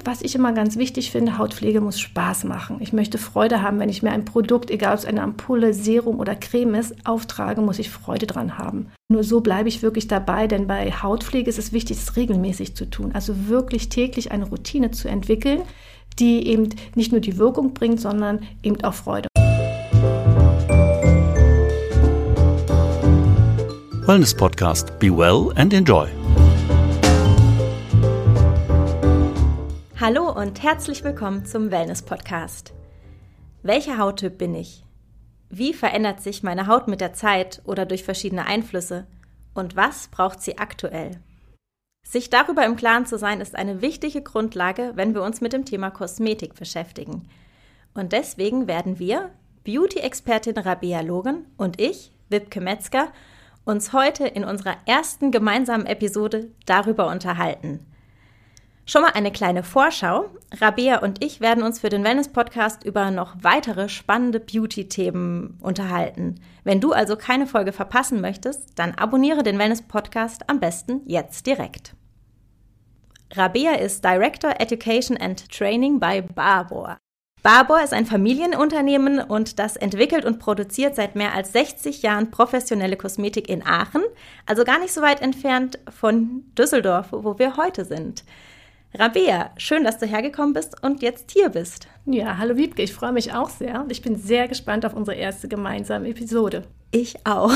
was ich immer ganz wichtig finde, Hautpflege muss Spaß machen. Ich möchte Freude haben, wenn ich mir ein Produkt, egal ob es eine Ampulle, Serum oder Creme ist, auftrage, muss ich Freude dran haben. Nur so bleibe ich wirklich dabei, denn bei Hautpflege ist es wichtig, es regelmäßig zu tun. Also wirklich täglich eine Routine zu entwickeln, die eben nicht nur die Wirkung bringt, sondern eben auch Freude. Wellness Podcast. Be well and enjoy. Hallo und herzlich willkommen zum Wellness Podcast. Welcher Hauttyp bin ich? Wie verändert sich meine Haut mit der Zeit oder durch verschiedene Einflüsse? Und was braucht sie aktuell? Sich darüber im Klaren zu sein, ist eine wichtige Grundlage, wenn wir uns mit dem Thema Kosmetik beschäftigen. Und deswegen werden wir, Beauty-Expertin Rabea Logan und ich, Wiebke Metzger, uns heute in unserer ersten gemeinsamen Episode darüber unterhalten. Schon mal eine kleine Vorschau. Rabea und ich werden uns für den Wellness-Podcast über noch weitere spannende Beauty-Themen unterhalten. Wenn du also keine Folge verpassen möchtest, dann abonniere den Wellness-Podcast am besten jetzt direkt. Rabea ist Director Education and Training bei Barbour. Barbour ist ein Familienunternehmen und das entwickelt und produziert seit mehr als 60 Jahren professionelle Kosmetik in Aachen, also gar nicht so weit entfernt von Düsseldorf, wo wir heute sind. Rabea, schön, dass du hergekommen bist und jetzt hier bist. Ja, hallo Wiebke, ich freue mich auch sehr und ich bin sehr gespannt auf unsere erste gemeinsame Episode. Ich auch.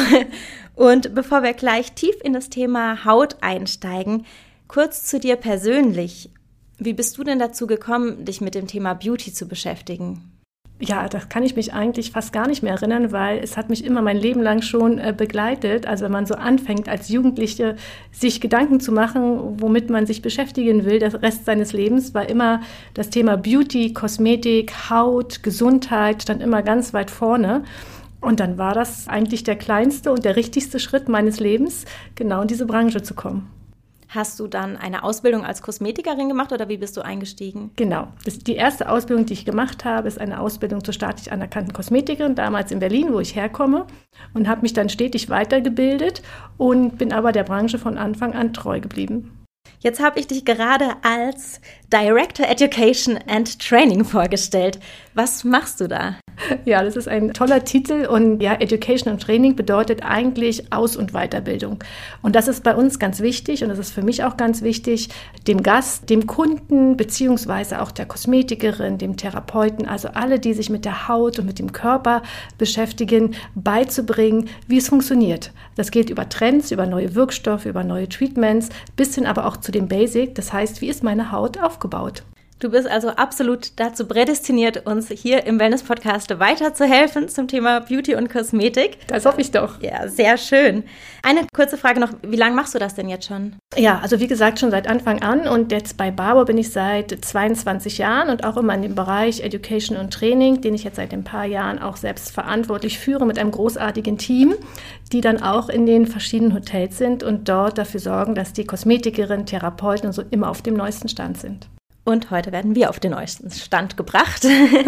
Und bevor wir gleich tief in das Thema Haut einsteigen, kurz zu dir persönlich. Wie bist du denn dazu gekommen, dich mit dem Thema Beauty zu beschäftigen? Ja, das kann ich mich eigentlich fast gar nicht mehr erinnern, weil es hat mich immer mein Leben lang schon begleitet. Also wenn man so anfängt, als Jugendliche sich Gedanken zu machen, womit man sich beschäftigen will, der Rest seines Lebens, war immer das Thema Beauty, Kosmetik, Haut, Gesundheit, stand immer ganz weit vorne. Und dann war das eigentlich der kleinste und der richtigste Schritt meines Lebens, genau in diese Branche zu kommen. Hast du dann eine Ausbildung als Kosmetikerin gemacht oder wie bist du eingestiegen? Genau. Die erste Ausbildung, die ich gemacht habe, ist eine Ausbildung zur staatlich anerkannten Kosmetikerin, damals in Berlin, wo ich herkomme, und habe mich dann stetig weitergebildet und bin aber der Branche von Anfang an treu geblieben. Jetzt habe ich dich gerade als Director Education and Training vorgestellt. Was machst du da? Ja, das ist ein toller Titel und ja, Education und Training bedeutet eigentlich Aus- und Weiterbildung. Und das ist bei uns ganz wichtig und das ist für mich auch ganz wichtig, dem Gast, dem Kunden beziehungsweise auch der Kosmetikerin, dem Therapeuten, also alle, die sich mit der Haut und mit dem Körper beschäftigen, beizubringen, wie es funktioniert. Das geht über Trends, über neue Wirkstoffe, über neue Treatments, bis hin aber auch zu dem Basic, das heißt, wie ist meine Haut aufgebaut? Du bist also absolut dazu prädestiniert, uns hier im Wellness-Podcast weiterzuhelfen zum Thema Beauty und Kosmetik. Das hoffe ich doch. Ja, sehr schön. Eine kurze Frage noch, wie lange machst du das denn jetzt schon? Ja, also wie gesagt, schon seit Anfang an und jetzt bei Barbour bin ich seit 22 Jahren und auch immer in dem Bereich Education und Training, den ich jetzt seit ein paar Jahren auch selbst verantwortlich führe mit einem großartigen Team, die dann auch in den verschiedenen Hotels sind und dort dafür sorgen, dass die Kosmetikerinnen, Therapeuten und so immer auf dem neuesten Stand sind. Und heute werden wir auf den neuesten Stand gebracht.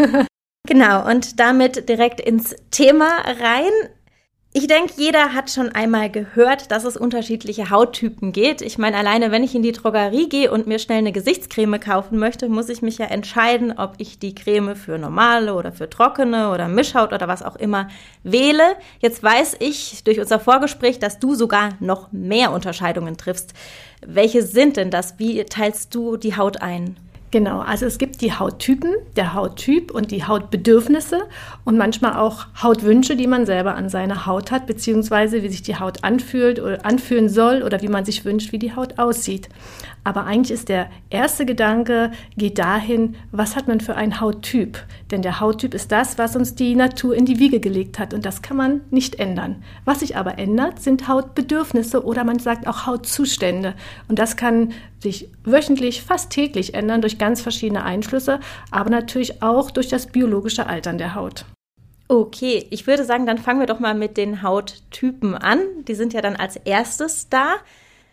Genau, und damit direkt ins Thema rein. Ich denke, jeder hat schon einmal gehört, dass es unterschiedliche Hauttypen geht. Ich meine, alleine wenn ich in die Drogerie gehe und mir schnell eine Gesichtscreme kaufen möchte, muss ich mich ja entscheiden, ob ich die Creme für normale oder für trockene oder Mischhaut oder was auch immer wähle. Jetzt weiß ich durch unser Vorgespräch, dass du sogar noch mehr Unterscheidungen triffst. Welche sind denn das? Wie teilst du die Haut ein? Genau, also es gibt die Hauttypen, der Hauttyp und die Hautbedürfnisse und manchmal auch Hautwünsche, die man selber an seiner Haut hat, beziehungsweise wie sich die Haut anfühlt oder anfühlen soll oder wie man sich wünscht, wie die Haut aussieht. Aber eigentlich ist der erste Gedanke, geht dahin, was hat man für einen Hauttyp? Denn der Hauttyp ist das, was uns die Natur in die Wiege gelegt hat und das kann man nicht ändern. Was sich aber ändert, sind Hautbedürfnisse oder man sagt auch Hautzustände. Und das kann sich wöchentlich, fast täglich ändern durch ganz verschiedene Einflüsse, aber natürlich auch durch das biologische Altern der Haut. Okay, ich würde sagen, dann fangen wir doch mal mit den Hauttypen an. Die sind ja dann als erstes da.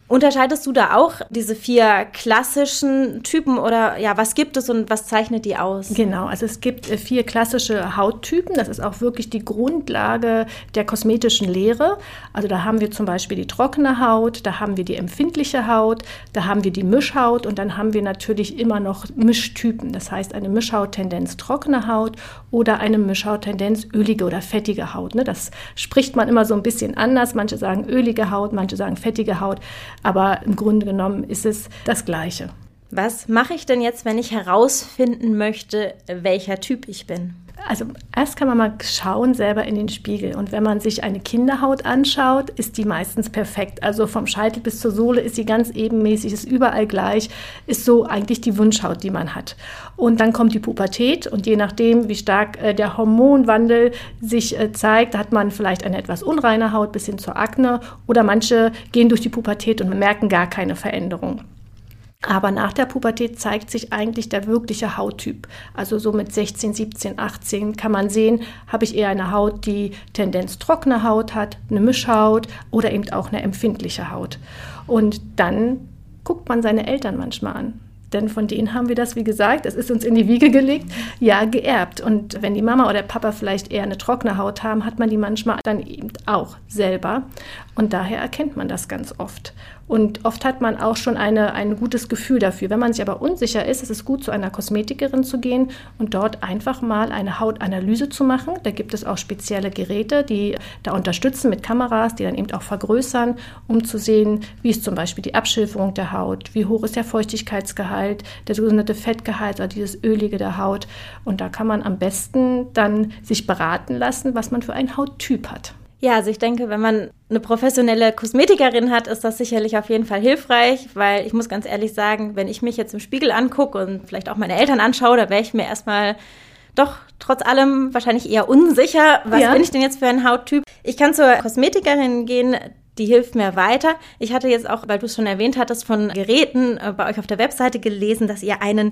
Unterscheidest du da auch diese 4 klassischen Typen oder ja, was gibt es und was zeichnet die aus? Genau, also es gibt 4 klassische Hauttypen. Das ist auch wirklich die Grundlage der kosmetischen Lehre. Also da haben wir zum Beispiel die trockene Haut, da haben wir die empfindliche Haut, da haben wir die Mischhaut und dann haben wir natürlich immer noch Mischtypen. Das heißt eine Mischhauttendenz trockene Haut oder eine Mischhauttendenz ölige oder fettige Haut. Das spricht man immer so ein bisschen anders. Manche sagen ölige Haut, manche sagen fettige Haut. Aber im Grunde genommen ist es das Gleiche. Was mache ich denn jetzt, wenn ich herausfinden möchte, welcher Typ ich bin? Also erst kann man mal schauen selber in den Spiegel. Und wenn man sich eine Kinderhaut anschaut, ist die meistens perfekt. Also vom Scheitel bis zur Sohle ist sie ganz ebenmäßig, ist überall gleich, ist so eigentlich die Wunschhaut, die man hat. Und dann kommt die Pubertät und je nachdem, wie stark der Hormonwandel sich zeigt, hat man vielleicht eine etwas unreine Haut bis hin zur Akne oder manche gehen durch die Pubertät und merken gar keine Veränderung. Aber nach der Pubertät zeigt sich eigentlich der wirkliche Hauttyp. Also so mit 16, 17, 18 kann man sehen, habe ich eher eine Haut, die Tendenz trockene Haut hat, eine Mischhaut oder eben auch eine empfindliche Haut. Und dann guckt man seine Eltern manchmal an. Denn von denen haben wir das, wie gesagt, es ist uns in die Wiege gelegt, ja, geerbt. Und wenn die Mama oder der Papa vielleicht eher eine trockene Haut haben, hat man die manchmal dann eben auch selber. Und daher erkennt man das ganz oft. Und oft hat man auch schon ein gutes Gefühl dafür. Wenn man sich aber unsicher ist, ist es gut, zu einer Kosmetikerin zu gehen und dort einfach mal eine Hautanalyse zu machen. Da gibt es auch spezielle Geräte, die da unterstützen mit Kameras, die dann eben auch vergrößern, um zu sehen, wie ist zum Beispiel die Abschilferung der Haut, wie hoch ist der Feuchtigkeitsgehalt, der sogenannte Fettgehalt, also dieses Ölige der Haut. Und da kann man am besten dann sich beraten lassen, was man für einen Hauttyp hat. Ja, also ich denke, wenn man eine professionelle Kosmetikerin hat, ist das sicherlich auf jeden Fall hilfreich, weil ich muss ganz ehrlich sagen, wenn ich mich jetzt im Spiegel angucke und vielleicht auch meine Eltern anschaue, da wäre ich mir erstmal doch trotz allem wahrscheinlich eher unsicher, was bin ich denn jetzt für ein Hauttyp? Ich kann zur Kosmetikerin gehen, die hilft mir weiter. Ich hatte jetzt auch, weil du es schon erwähnt hattest, von Geräten bei euch auf der Webseite gelesen, dass ihr einen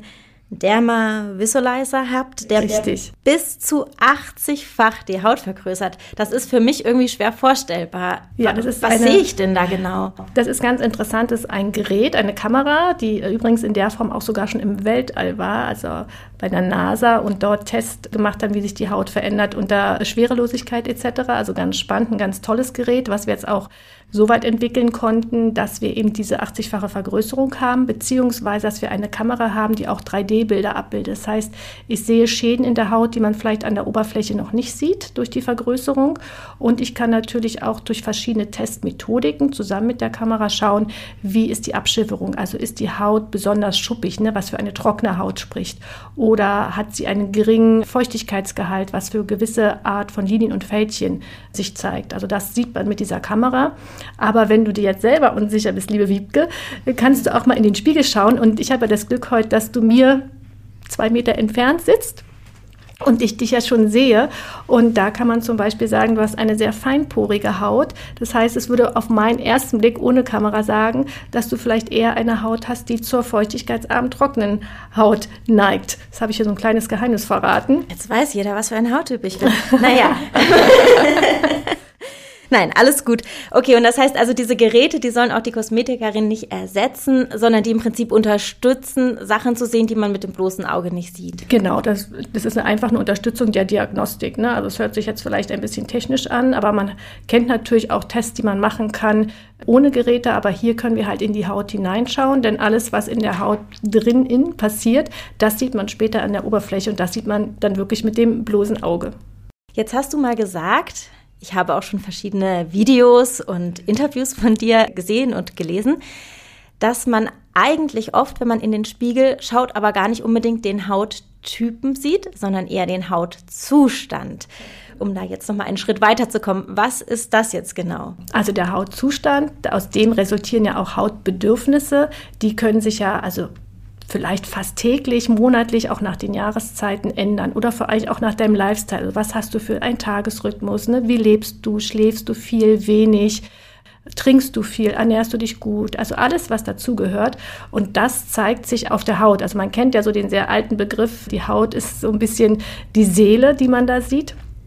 Derma-Visualizer habt, der bis zu 80-fach die Haut vergrößert. Das ist für mich irgendwie schwer vorstellbar. Ja, was sehe ich denn da genau? Das ist ganz interessant. Das ist ein Gerät, eine Kamera, die übrigens in der Form auch sogar schon im Weltall war, also bei der NASA und dort Tests gemacht haben, wie sich die Haut verändert unter Schwerelosigkeit etc. Also ganz spannend, ein ganz tolles Gerät, was wir jetzt auch so weit entwickeln konnten, dass wir eben diese 80-fache Vergrößerung haben, beziehungsweise dass wir eine Kamera haben, die auch 3D-Bilder abbildet. Das heißt, ich sehe Schäden in der Haut, die man vielleicht an der Oberfläche noch nicht sieht durch die Vergrößerung. Und ich kann natürlich auch durch verschiedene Testmethodiken zusammen mit der Kamera schauen, wie ist die Abschilferung. Also ist die Haut besonders schuppig, was für eine trockene Haut spricht. Oder hat sie einen geringen Feuchtigkeitsgehalt, was für gewisse Art von Linien und Fältchen sich zeigt. Also das sieht man mit dieser Kamera. Aber wenn du dir jetzt selber unsicher bist, liebe Wiebke, kannst du auch mal in den Spiegel schauen. Und ich habe ja das Glück heute, dass du mir 2 Meter entfernt sitzt und ich dich ja schon sehe. Und da kann man zum Beispiel sagen, du hast eine sehr feinporige Haut. Das heißt, es würde auf meinen ersten Blick ohne Kamera sagen, dass du vielleicht eher eine Haut hast, die zur feuchtigkeitsarmen, trockenen Haut neigt. Das habe ich hier so ein kleines Geheimnis verraten. Jetzt weiß jeder, was für ein Hauttyp ich bin. Naja. Nein, alles gut. Okay, und das heißt also, diese Geräte, die sollen auch die Kosmetikerin nicht ersetzen, sondern die im Prinzip unterstützen, Sachen zu sehen, die man mit dem bloßen Auge nicht sieht. Genau, das ist einfach eine Unterstützung der Diagnostik. Also es hört sich jetzt vielleicht ein bisschen technisch an, aber man kennt natürlich auch Tests, die man machen kann ohne Geräte, aber hier können wir halt in die Haut hineinschauen, denn alles, was in der Haut drin passiert, das sieht man später an der Oberfläche und das sieht man dann wirklich mit dem bloßen Auge. Jetzt hast du mal gesagt, ich habe auch schon verschiedene Videos und Interviews von dir gesehen und gelesen, dass man eigentlich oft, wenn man in den Spiegel schaut, aber gar nicht unbedingt den Hauttypen sieht, sondern eher den Hautzustand. Um da jetzt nochmal einen Schritt weiterzukommen, was ist das jetzt genau? Also der Hautzustand, aus dem resultieren ja auch Hautbedürfnisse, die können sich ja vielleicht fast täglich, monatlich, auch nach den Jahreszeiten ändern oder vielleicht auch nach deinem Lifestyle. Also was hast du für einen Tagesrhythmus? Wie lebst du? Schläfst du viel, wenig? Trinkst du viel? Ernährst du dich gut? Also alles, was dazugehört. Und das zeigt sich auf der Haut. Also man kennt ja so den sehr alten Begriff, die Haut ist so ein bisschen die Seele, die man da sieht.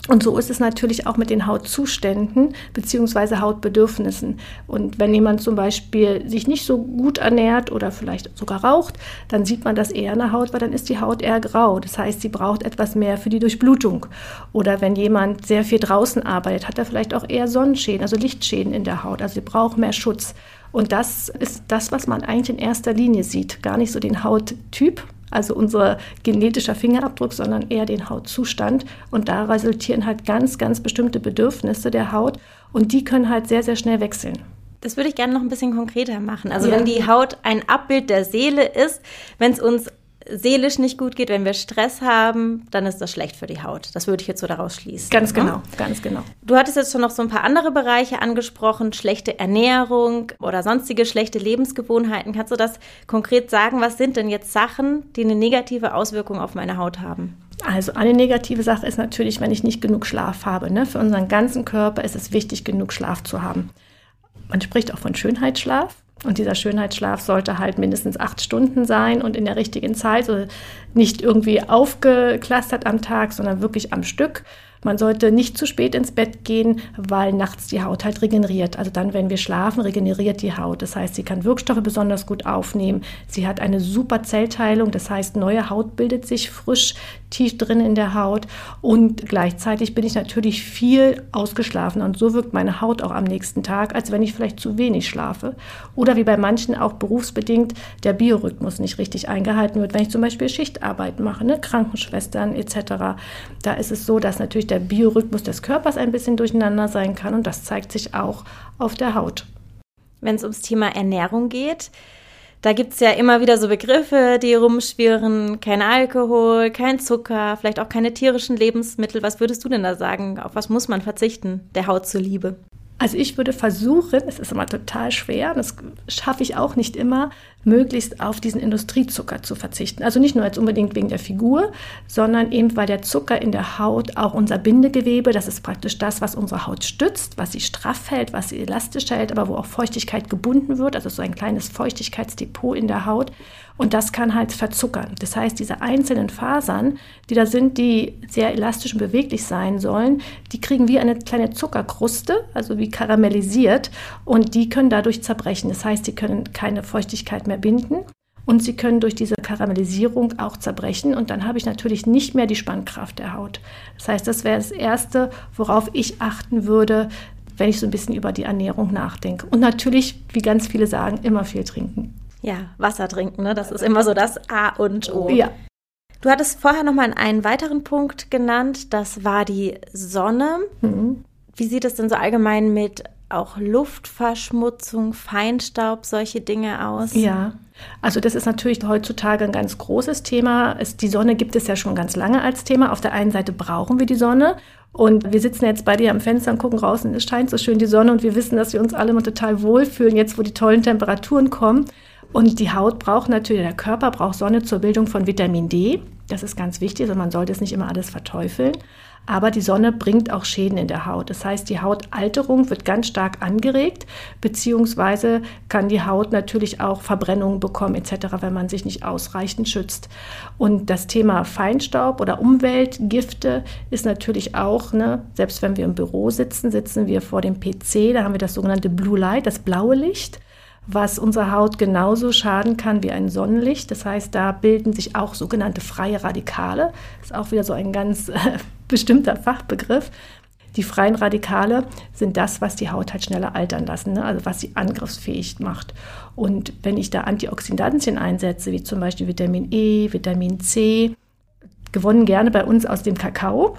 Und so ist es natürlich auch mit den Hautzuständen bzw. Hautbedürfnissen. Und wenn jemand zum Beispiel sich nicht so gut ernährt oder vielleicht sogar raucht, dann sieht man das eher in der Haut, weil dann ist die Haut eher grau. Das heißt, sie braucht etwas mehr für die Durchblutung. Oder wenn jemand sehr viel draußen arbeitet, hat er vielleicht auch eher Sonnenschäden, also Lichtschäden in der Haut. Also sie braucht mehr Schutz. Und das ist das, was man eigentlich in erster Linie sieht. Gar nicht so den Hauttyp, also unser genetischer Fingerabdruck, sondern eher den Hautzustand. Und da resultieren halt ganz, ganz bestimmte Bedürfnisse der Haut. Und die können halt sehr, sehr schnell wechseln. Das würde ich gerne noch ein bisschen konkreter machen. Also wenn die Haut ein Abbild der Seele ist, wenn es uns seelisch nicht gut geht, wenn wir Stress haben, dann ist das schlecht für die Haut. Das würde ich jetzt so daraus schließen. Ganz genau, ganz genau. Du hattest jetzt schon noch so ein paar andere Bereiche angesprochen, schlechte Ernährung oder sonstige schlechte Lebensgewohnheiten. Kannst du das konkret sagen? Was sind denn jetzt Sachen, die eine negative Auswirkung auf meine Haut haben? Also eine negative Sache ist natürlich, wenn ich nicht genug Schlaf habe. Ne? Für unseren ganzen Körper ist es wichtig, genug Schlaf zu haben. Man spricht auch von Schönheitsschlaf. Und dieser Schönheitsschlaf sollte halt mindestens 8 Stunden sein und in der richtigen Zeit, also nicht irgendwie aufgeklustert am Tag, sondern wirklich am Stück. Man sollte nicht zu spät ins Bett gehen, weil nachts die Haut halt regeneriert. Also dann, wenn wir schlafen, regeneriert die Haut. Das heißt, sie kann Wirkstoffe besonders gut aufnehmen. Sie hat eine super Zellteilung. Das heißt, neue Haut bildet sich frisch tief drin in der Haut. Und gleichzeitig bin ich natürlich viel ausgeschlafen. Und so wirkt meine Haut auch am nächsten Tag, als wenn ich vielleicht zu wenig schlafe. Oder wie bei manchen auch berufsbedingt der Biorhythmus nicht richtig eingehalten wird. Wenn ich zum Beispiel Schichtarbeit mache, ne, Krankenschwestern etc., da ist es so, dass natürlich der Biorhythmus des Körpers ein bisschen durcheinander sein kann und das zeigt sich auch auf der Haut. Wenn es ums Thema Ernährung geht, da gibt es ja immer wieder so Begriffe, die rumschwirren, kein Alkohol, kein Zucker, vielleicht auch keine tierischen Lebensmittel. Was würdest du denn da sagen? Auf was muss man verzichten, der Haut zuliebe? Also ich würde versuchen, es ist immer total schwer, das schaffe ich auch nicht immer, möglichst auf diesen Industriezucker zu verzichten. Also nicht nur jetzt unbedingt wegen der Figur, sondern eben weil der Zucker in der Haut auch unser Bindegewebe, das ist praktisch das, was unsere Haut stützt, was sie straff hält, was sie elastisch hält, aber wo auch Feuchtigkeit gebunden wird, also so ein kleines Feuchtigkeitsdepot in der Haut. Und das kann halt verzuckern. Das heißt, diese einzelnen Fasern, die da sind, die sehr elastisch und beweglich sein sollen, die kriegen wie eine kleine Zuckerkruste, also wie karamellisiert, und die können dadurch zerbrechen. Das heißt, die können keine Feuchtigkeit mehr binden und sie können durch diese Karamellisierung auch zerbrechen und dann habe ich natürlich nicht mehr die Spannkraft der Haut. Das heißt, das wäre das Erste, worauf ich achten würde, wenn ich so ein bisschen über die Ernährung nachdenke. Und natürlich, wie ganz viele sagen, immer viel trinken. Ja, Wasser trinken, ne? Das ist immer so das A und O. Ja. Du hattest vorher noch mal einen weiteren Punkt genannt, das war die Sonne. Mhm. Wie sieht es denn so allgemein mit auch Luftverschmutzung, Feinstaub, solche Dinge aus? Ja, also das ist natürlich heutzutage ein ganz großes Thema. Die Sonne gibt es ja schon ganz lange als Thema. Auf der einen Seite brauchen wir die Sonne und wir sitzen jetzt bei dir am Fenster und gucken raus und es scheint so schön die Sonne und wir wissen, dass wir uns alle mal total wohlfühlen, jetzt wo die tollen Temperaturen kommen. Und die Haut braucht natürlich, der Körper braucht Sonne zur Bildung von Vitamin D. Das ist ganz wichtig, also man sollte es nicht immer alles verteufeln. Aber die Sonne bringt auch Schäden in der Haut. Das heißt, die Hautalterung wird ganz stark angeregt, beziehungsweise kann die Haut natürlich auch Verbrennungen bekommen etc., wenn man sich nicht ausreichend schützt. Und das Thema Feinstaub oder Umweltgifte ist natürlich auch, ne, selbst wenn wir im Büro sitzen, sitzen wir vor dem PC, da haben wir das sogenannte Blue Light, das blaue Licht, was unserer Haut genauso schaden kann wie ein Sonnenlicht. Das heißt, da bilden sich auch sogenannte freie Radikale. Das ist auch wieder so ein ganz bestimmter Fachbegriff. Die freien Radikale sind das, was die Haut halt schneller altern lassen, ne? Also was sie angriffsfähig macht. Und wenn ich da Antioxidantien einsetze, wie zum Beispiel Vitamin E, Vitamin C, gewonnen gerne bei uns aus dem Kakao,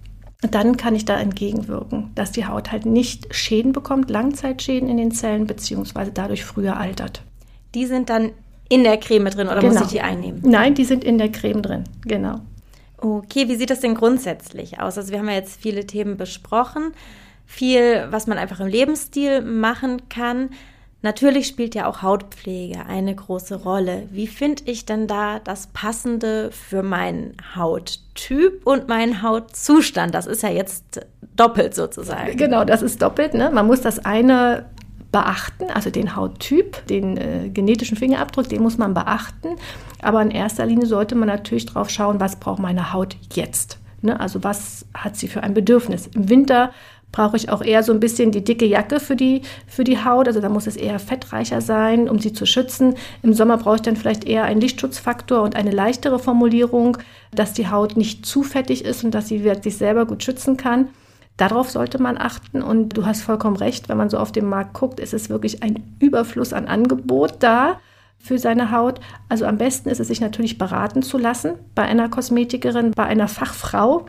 dann kann ich da entgegenwirken, dass die Haut halt nicht Schäden bekommt, Langzeitschäden in den Zellen, beziehungsweise dadurch früher altert. Die sind dann in der Creme drin oder Genau. muss ich die einnehmen? Nein, die sind in der Creme drin, genau. Okay, wie sieht das denn grundsätzlich aus? Also wir haben ja jetzt viele Themen besprochen, viel, was man einfach im Lebensstil machen kann. Natürlich spielt ja auch Hautpflege eine große Rolle. Wie finde ich denn da das Passende für meinen Hauttyp und meinen Hautzustand? Das ist ja jetzt doppelt sozusagen. Genau, das ist doppelt, ne? Man muss das eine beachten, also den Hauttyp, den genetischen Fingerabdruck, den muss man beachten. Aber in erster Linie sollte man natürlich drauf schauen, was braucht meine Haut jetzt. Ne? Also was hat sie für ein Bedürfnis? Im Winter brauche ich auch eher so ein bisschen die dicke Jacke für die Haut. Also da muss es eher fettreicher sein, um sie zu schützen. Im Sommer brauche ich dann vielleicht eher einen Lichtschutzfaktor und eine leichtere Formulierung, dass die Haut nicht zu fettig ist und dass sie sich selber gut schützen kann. Darauf sollte man achten und du hast vollkommen recht, wenn man so auf den Markt guckt, ist es wirklich ein Überfluss an Angebot da für seine Haut. Also am besten ist es, sich natürlich beraten zu lassen bei einer Kosmetikerin, bei einer Fachfrau,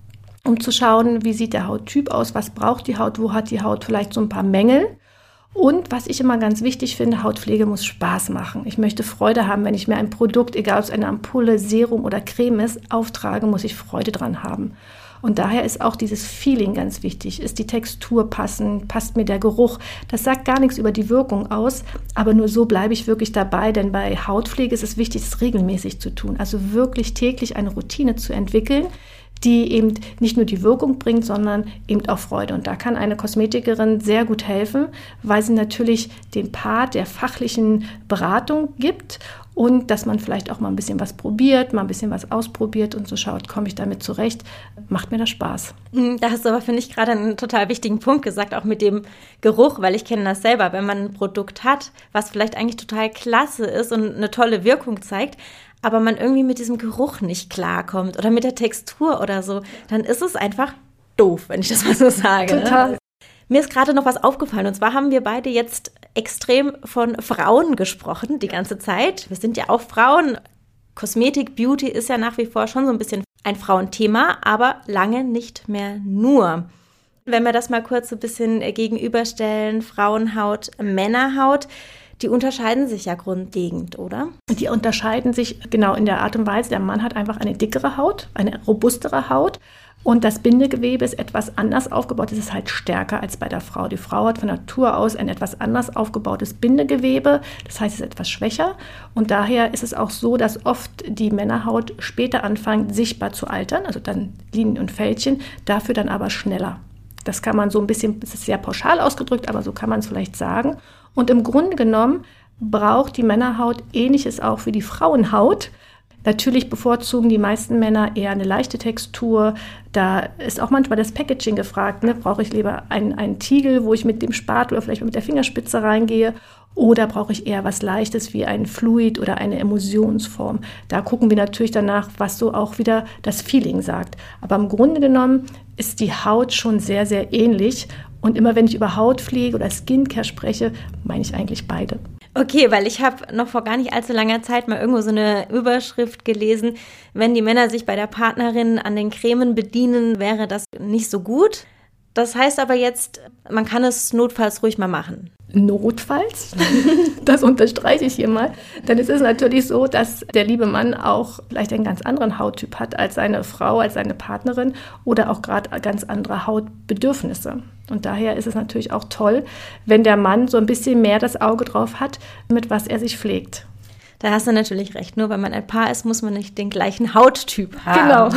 um zu schauen, wie sieht der Hauttyp aus, was braucht die Haut, wo hat die Haut vielleicht so ein paar Mängel. Und was ich immer ganz wichtig finde, Hautpflege muss Spaß machen. Ich möchte Freude haben, wenn ich mir ein Produkt, egal ob es eine Ampulle, Serum oder Creme ist, auftrage, muss ich Freude dran haben. Und daher ist auch dieses Feeling ganz wichtig. Ist die Textur passend? Passt mir der Geruch? Das sagt gar nichts über die Wirkung aus, aber nur so bleibe ich wirklich dabei, denn bei Hautpflege ist es wichtig, es regelmäßig zu tun. Also wirklich täglich eine Routine zu entwickeln, die eben nicht nur die Wirkung bringt, sondern eben auch Freude. Und da kann eine Kosmetikerin sehr gut helfen, weil sie natürlich den Part der fachlichen Beratung gibt und dass man vielleicht auch mal ein bisschen was probiert, mal ein bisschen was ausprobiert und so schaut, komme ich damit zurecht, macht mir das Spaß. Da hast du aber, finde ich, gerade einen total wichtigen Punkt gesagt, auch mit dem Geruch, weil ich kenne das selber, wenn man ein Produkt hat, was vielleicht eigentlich total klasse ist und eine tolle Wirkung zeigt, aber man irgendwie mit diesem Geruch nicht klarkommt oder mit der Textur oder so, dann ist es einfach doof, wenn ich das mal so sage. Total. Ne? Mir ist gerade noch was aufgefallen und zwar haben wir beide jetzt extrem von Frauen gesprochen die ganze Zeit. Wir sind ja auch Frauen. Kosmetik, Beauty ist ja nach wie vor schon so ein bisschen ein Frauenthema, aber lange nicht mehr nur. Wenn wir das mal kurz so ein bisschen gegenüberstellen, Frauenhaut, Männerhaut, die unterscheiden sich ja grundlegend, oder? Die unterscheiden sich genau in der Art und Weise. Der Mann hat einfach eine dickere Haut, eine robustere Haut. Und das Bindegewebe ist etwas anders aufgebaut. Es ist halt stärker als bei der Frau. Die Frau hat von Natur aus ein etwas anders aufgebautes Bindegewebe. Das heißt, es ist etwas schwächer. Und daher ist es auch so, dass oft die Männerhaut später anfängt, sichtbar zu altern. Also dann Linien und Fältchen, dafür dann aber schneller. Das kann man so ein bisschen, das ist sehr pauschal ausgedrückt, aber so kann man es vielleicht sagen. Und im Grunde genommen braucht die Männerhaut Ähnliches auch für die Frauenhaut. Natürlich bevorzugen die meisten Männer eher eine leichte Textur. Da ist auch manchmal das Packaging gefragt. Ne? Brauche ich lieber einen Tiegel, wo ich mit dem Spatel oder vielleicht mit der Fingerspitze reingehe? Oder brauche ich eher was Leichtes wie ein Fluid oder eine Emulsionsform? Da gucken wir natürlich danach, was so auch wieder das Feeling sagt. Aber im Grunde genommen ist die Haut schon sehr, sehr ähnlich. Und immer wenn ich über Hautpflege oder Skincare spreche, meine ich eigentlich beide. Okay, weil ich habe noch vor gar nicht allzu langer Zeit mal irgendwo so eine Überschrift gelesen, wenn die Männer sich bei der Partnerin an den Cremen bedienen, wäre das nicht so gut. Das heißt aber jetzt, man kann es notfalls ruhig mal machen. Notfalls? Das unterstreiche ich hier mal. Denn es ist natürlich so, dass der liebe Mann auch vielleicht einen ganz anderen Hauttyp hat als seine Frau, als seine Partnerin oder auch gerade ganz andere Hautbedürfnisse. Und daher ist es natürlich auch toll, wenn der Mann so ein bisschen mehr das Auge drauf hat, mit was er sich pflegt. Da hast du natürlich recht. Nur wenn man ein Paar ist, muss man nicht den gleichen Hauttyp haben. Genau.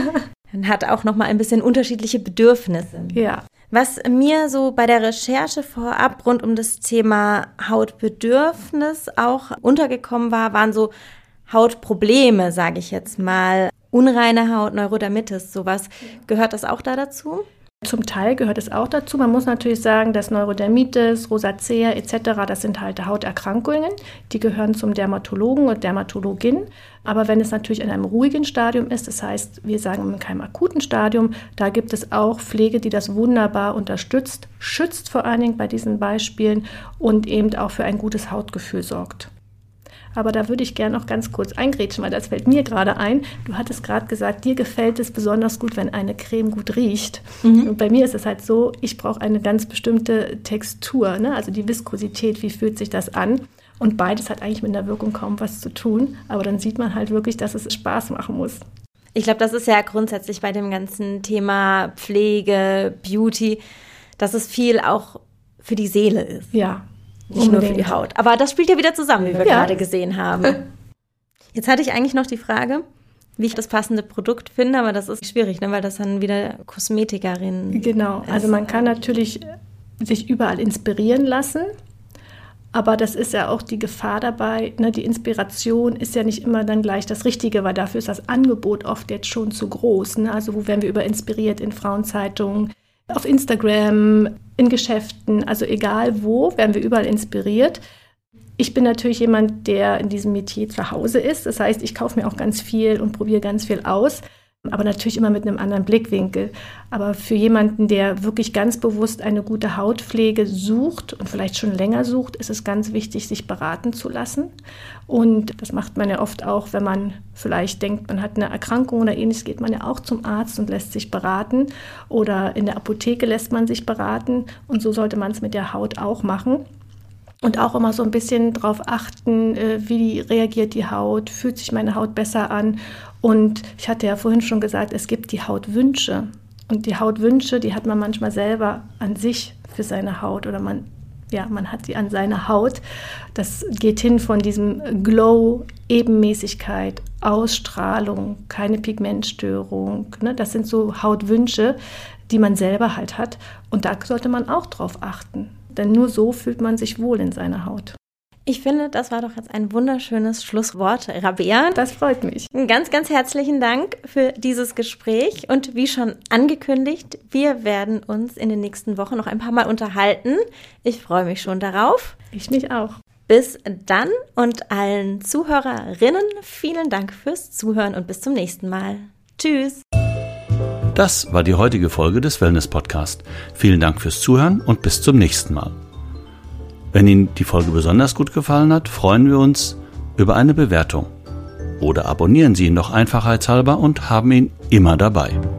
Man hat auch noch mal ein bisschen unterschiedliche Bedürfnisse. Ja. Was mir so bei der Recherche vorab rund um das Thema Hautbedürfnis auch untergekommen war, waren so Hautprobleme, sage ich jetzt mal. Unreine Haut, Neurodermitis, sowas. Gehört das auch da dazu? Zum Teil gehört es auch dazu. Man muss natürlich sagen, dass Neurodermitis, Rosacea etc., das sind halt Hauterkrankungen. Die gehören zum Dermatologen und Dermatologin. Aber wenn es natürlich in einem ruhigen Stadium ist, das heißt, wir sagen in keinem akuten Stadium, da gibt es auch Pflege, die das wunderbar unterstützt, schützt vor allen Dingen bei diesen Beispielen und eben auch für ein gutes Hautgefühl sorgt. Aber da würde ich gerne noch ganz kurz eingrätschen, weil das fällt mir gerade ein. Du hattest gerade gesagt, dir gefällt es besonders gut, wenn eine Creme gut riecht. Mhm. Und bei mir ist es halt so, ich brauche eine ganz bestimmte Textur, ne? Also die Viskosität, wie fühlt sich das an? Und beides hat eigentlich mit der Wirkung kaum was zu tun. Aber dann sieht man halt wirklich, dass es Spaß machen muss. Ich glaube, das ist ja grundsätzlich bei dem ganzen Thema Pflege, Beauty, dass es viel auch für die Seele ist. Ja. Nicht nur für die Haut. Aber das spielt ja wieder zusammen, wie wir gerade gesehen haben. Jetzt hatte ich eigentlich noch die Frage, wie ich das passende Produkt finde, aber das ist schwierig, ne, weil das dann wieder Kosmetikerin Genau, also man kann natürlich sich überall inspirieren lassen, Aber das ist ja auch die Gefahr dabei, ne? Die Inspiration ist ja nicht immer dann gleich das Richtige, weil dafür ist das Angebot oft jetzt schon zu groß. Ne? Also wo werden wir inspiriert? In Frauenzeitungen, auf Instagram, in Geschäften, also egal wo, werden wir überall inspiriert. Ich bin natürlich jemand, der in diesem Metier zu Hause ist. Das heißt, ich kaufe mir auch ganz viel und probiere ganz viel aus. Aber natürlich immer mit einem anderen Blickwinkel. Aber für jemanden, der wirklich ganz bewusst eine gute Hautpflege sucht und vielleicht schon länger sucht, ist es ganz wichtig, sich beraten zu lassen. Und das macht man ja oft auch, wenn man vielleicht denkt, man hat eine Erkrankung oder ähnliches, geht man ja auch zum Arzt und lässt sich beraten. Oder in der Apotheke lässt man sich beraten. Und so sollte man es mit der Haut auch machen. Und auch immer so ein bisschen darauf achten, wie reagiert die Haut, fühlt sich meine Haut besser an. Und ich hatte ja vorhin schon gesagt, es gibt die Hautwünsche. Und die Hautwünsche, die hat man manchmal selber an sich für seine Haut oder man hat die an seiner Haut. Das geht hin von diesem Glow, Ebenmäßigkeit, Ausstrahlung, keine Pigmentstörung. Ne? Das sind so Hautwünsche, die man selber halt hat. Und da sollte man auch drauf achten. Denn nur so fühlt man sich wohl in seiner Haut. Ich finde, das war doch jetzt ein wunderschönes Schlusswort, Rabea. Das freut mich. Ganz, ganz herzlichen Dank für dieses Gespräch. Und wie schon angekündigt, wir werden uns in den nächsten Wochen noch ein paar Mal unterhalten. Ich freue mich schon darauf. Ich mich auch. Bis dann und allen Zuhörerinnen vielen Dank fürs Zuhören und bis zum nächsten Mal. Tschüss. Das war die heutige Folge des Wellness-Podcast. Vielen Dank fürs Zuhören und bis zum nächsten Mal. Wenn Ihnen die Folge besonders gut gefallen hat, freuen wir uns über eine Bewertung. Oder abonnieren Sie ihn doch einfachheitshalber und haben ihn immer dabei.